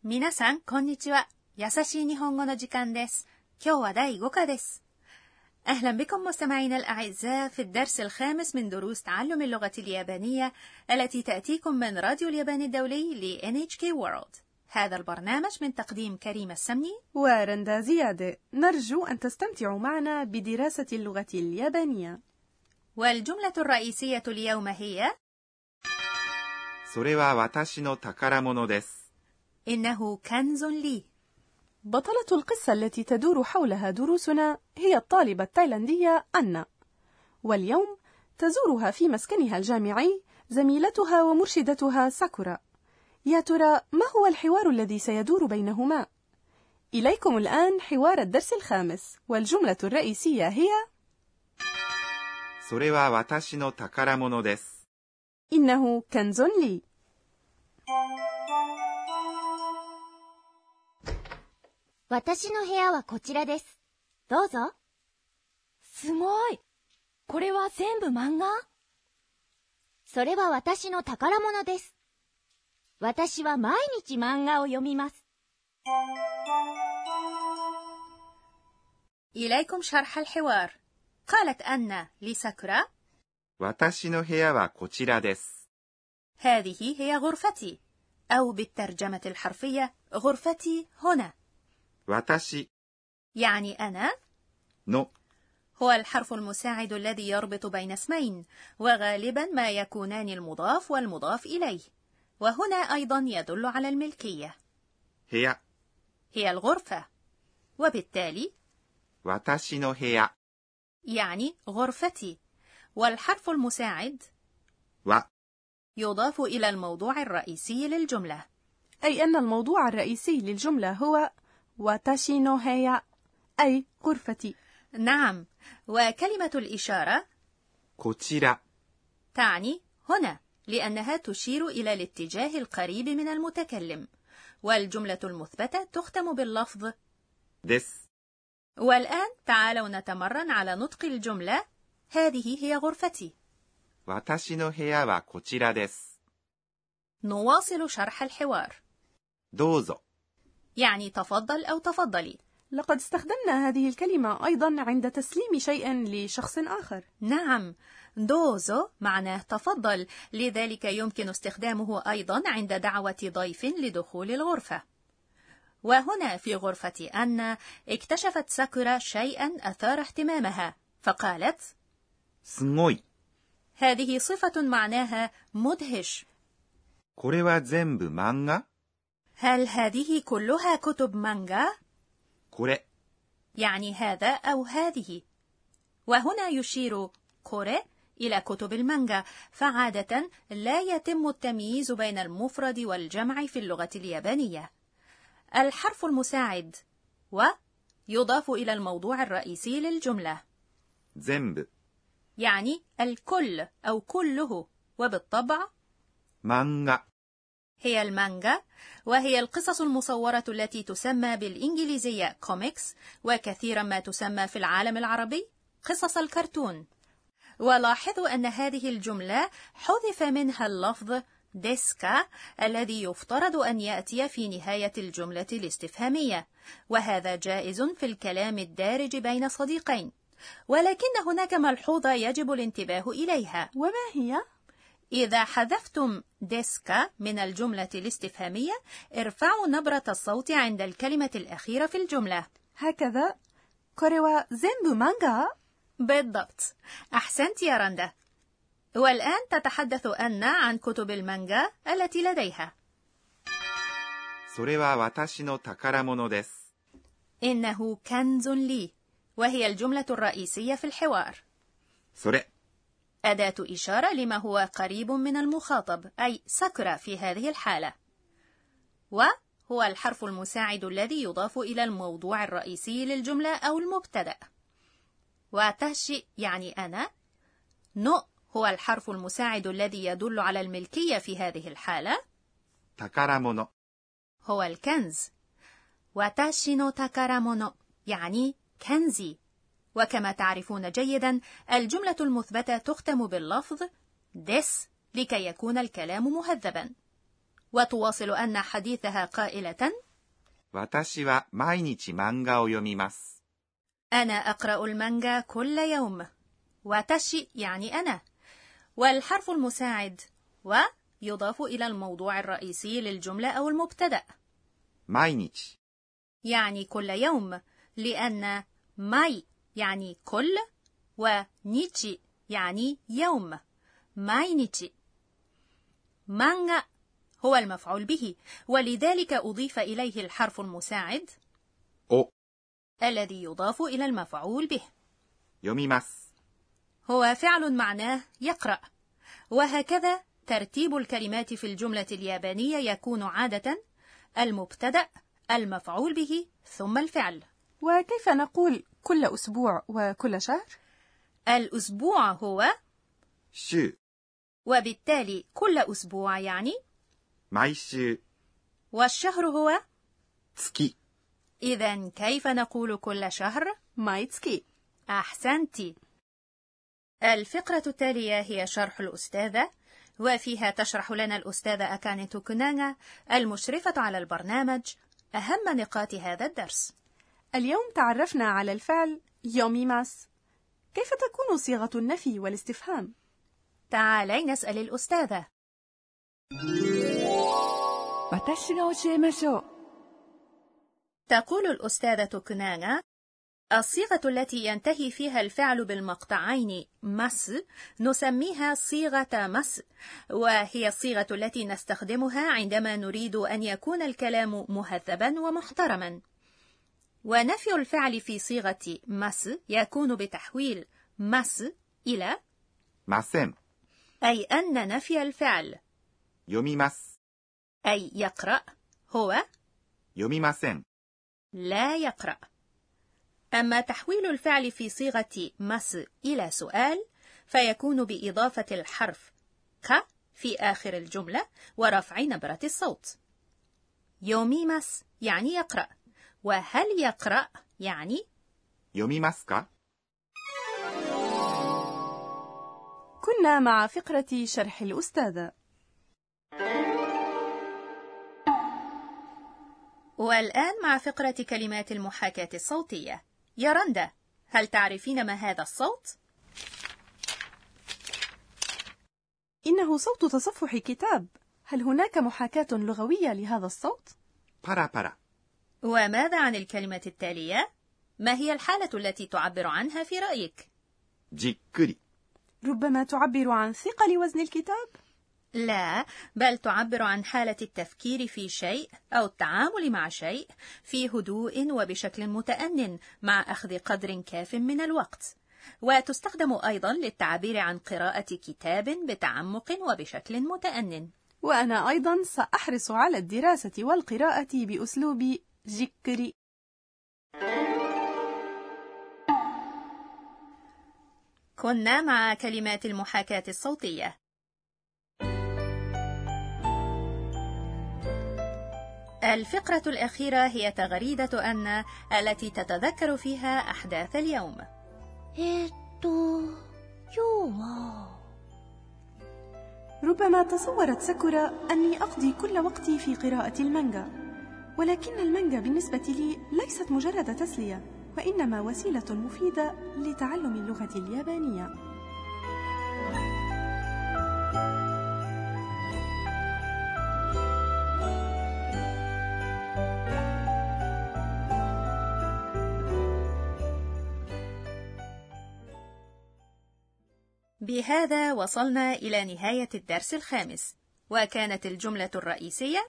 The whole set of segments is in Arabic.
皆さん、こんにちは。優しい日本語の時間です。今日は第5課です。أهلا بكم مستمعينا الأعزاء في الدرس الخامس من دروس تعلم اللغة اليابانية التي تأتيكم من راديو اليابان الدولي ل NHK World. هذا البرنامج من تقديم كريم السمني ورندا زيادة. نرجو أن تستمتعوا معنا بدراسة اللغة اليابانية. والجملة الرئيسية اليوم هي それは私の宝物です。 إنه كنز لي. بطلة القصة التي تدور حولها دروسنا هي الطالبة التايلاندية أنا، واليوم تزورها في مسكنها الجامعي زميلتها ومرشدتها ساكورا. يا ترى ما هو الحوار الذي سيدور بينهما؟ إليكم الآن حوار الدرس الخامس، والجملة الرئيسية هي それは私の宝物です。 إنه كنز لي. 私の部屋はこちらです。どうぞ。 すごい。これは全部漫画？ それは私の宝物です。私は毎日漫画を読みます。 إليكم شرح الحوار. قالت أنا لساكورا 私の部屋はこちらです。 هذه هي غرفتي، أو بالترجمة الحرفية غرفتي هنا. 私 يعني أنا の هو الحرف المساعد الذي يربط بين اسمين، وغالبا ما يكونان المضاف والمضاف إليه، وهنا أيضا يدل على الملكية. 部屋 هي الغرفة، وبالتالي 私の部屋 يعني غرفتي، والحرف المساعد は يضاف إلى الموضوع الرئيسي للجملة، أي أن الموضوع الرئيسي للجملة هو واتاشي نو هيا، أي غرفتي. نعم، وكلمة الإشارة こちら تعني هنا، لأنها تشير إلى الاتجاه القريب من المتكلم، والجملة المثبتة تختم باللفظ です。 والآن تعالوا نتمرن على نطق الجملة هذه هي غرفتي. 私の部屋はこちらです。 نواصل شرح الحوار. どうぞ يعني تفضل أو تفضلي. لقد استخدمنا هذه الكلمة أيضا عند تسليم شيء لشخص آخر. نعم، دوزو معناه تفضل، لذلك يمكن استخدامه أيضا عند دعوة ضيف لدخول الغرفة. وهنا في غرفة أنا اكتشفت ساكورا شيئا أثار اهتمامها، فقالت すごい هذه صفة معناها مدهش. これは全部漫画 هل هذه كلها كتب مانجا؟ これ يعني هذا أو هذه، وهنا يشير كوري إلى كتب المانجا، فعادة لا يتم التمييز بين المفرد والجمع في اللغة اليابانية. الحرف المساعد و يضاف إلى الموضوع الرئيسي للجملة 全部 يعني الكل أو كله، وبالطبع 漫画 هي المانجا، وهي القصص المصورة التي تسمى بالإنجليزية كوميكس، وكثيرا ما تسمى في العالم العربي قصص الكرتون. ولاحظوا أن هذه الجملة حذف منها اللفظ ديسكا الذي يفترض أن يأتي في نهاية الجملة الاستفهامية، وهذا جائز في الكلام الدارج بين صديقين، ولكن هناك ملحوظة يجب الانتباه إليها. وما هي؟ إذا حذفتم ديسكا من الجملة الاستفهامية ارفعوا نبرة الصوت عند الكلمة الأخيرة في الجملة. هكذا؟ これは全部漫画؟ بالضبط، أحسنت يا رندا. والآن تتحدث أنا عن كتب المانجا التي لديها. それは私の宝物です。 إنه كنز لي، وهي الجملة الرئيسية في الحوار. それ أداة إشارة لما هو قريب من المخاطب، أي ساكورا في هذه الحالة. وهو الحرف المساعد الذي يضاف إلى الموضوع الرئيسي للجملة أو المبتدأ. واتاشي يعني أنا. نو هو الحرف المساعد الذي يدل على الملكية في هذه الحالة. 宝物 هو الكنز. واتاشي نو تاكارامونو يعني كنزي. وكما تعرفون جيدا الجملة المثبتة تختم باللفظ ديس لكي يكون الكلام مهذبا. وتواصل أن حديثها قائلة: 私は毎日漫画を読みます。 أنا أقرأ المانجا كل يوم. واتشي يعني أنا، والحرف المساعد و يضاف إلى الموضوع الرئيسي للجملة أو المبتدأ. 毎日 يعني كل يوم، لأن ماي يعني كل ونيتشي يعني يوم. ماي نيتشي. مانجا هو المفعول به، ولذلك أضيف إليه الحرف المساعد を الذي يضاف إلى المفعول به. 読みます。 هو فعل معناه يقرأ، وهكذا ترتيب الكلمات في الجملة اليابانية يكون عادة المبتدأ، المفعول به، ثم الفعل. وكيف نقول كل أسبوع وكل شهر؟ الأسبوع هو 週 وبالتالي كل أسبوع يعني، 毎週 والشهر هو 月 إذن كيف نقول كل شهر؟ مايتسكي. أحسنتي. الفقرة التالية هي شرح الأستاذة، وفيها تشرح لنا الأستاذة أكاني توكوناغا المشرفة على البرنامج أهم نقاط هذا الدرس. اليوم تعرفنا على الفعل يوميماس. كيف تكون صيغة النفي والاستفهام؟ تعالي نسأل الأستاذة. 私が教えましょう。 تقول الأستاذة توكوناغا: الصيغة التي ينتهي فيها الفعل بالمقطعين ماس نسميها صيغة ماس، وهي الصيغة التي نستخدمها عندما نريد أن يكون الكلام مهذبا ومحترما. ونفي الفعل في صيغة ماس يكون بتحويل ماس إلى ません أي أن نفي الفعل 読みます أي يقرأ هو 読みません لا يقرأ. أما تحويل الفعل في صيغة ماس إلى سؤال فيكون بإضافة الحرف ك في آخر الجملة ورفع نبرة الصوت. يوميماس يعني يقرأ، وهل يقرأ يعني 読みますか كنا مع فقرة شرح الأستاذة. والآن مع فقرة كلمات المحاكاة الصوتية. يا رندا، هل تعرفين ما هذا الصوت؟ إنه صوت تصفح كتاب. هل هناك محاكاة لغوية لهذا الصوت؟ パラパラ وماذا عن الكلمة التالية؟ ما هي الحالة التي تعبر عنها في رأيك؟ じっくり ربما تعبر عن ثقل وزن الكتاب؟ لا، بل تعبر عن حالة التفكير في شيء أو التعامل مع شيء في هدوء وبشكل متأنٍ مع أخذ قدر كاف من الوقت. وتستخدم أيضا للتعبير عن قراءة كتاب بتعمق وبشكل متأنٍ. وأنا أيضا سأحرص على الدراسة والقراءة بأسلوب جيكري. كنا مع كلمات المحاكاة الصوتية. الفقرة الأخيرة هي تغريدة أن التي تتذكر فيها أحداث اليوم. 今日は ربما تصورت ساكورا أني أقضي كل وقتي في قراءة المانجا، ولكن المانجا بالنسبة لي ليست مجرد تسلية، وإنما وسيلة مفيدة لتعلم اللغة اليابانية. بهذا وصلنا إلى نهاية الدرس الخامس، وكانت الجملة الرئيسية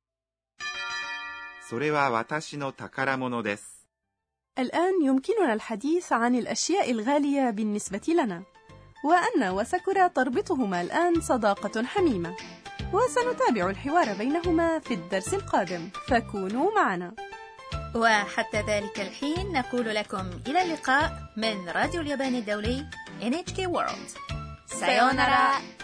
それは私の宝物です الآن يمكننا الحديث عن الأشياء الغالية بالنسبة لنا، وأن وساكورا تربطهما الآن صداقة حميمة، وسنتابع الحوار بينهما في الدرس القادم، فكونوا معنا. وحتى ذلك الحين نقول لكم إلى اللقاء من راديو اليابان الدولي NHK World. سايونارا.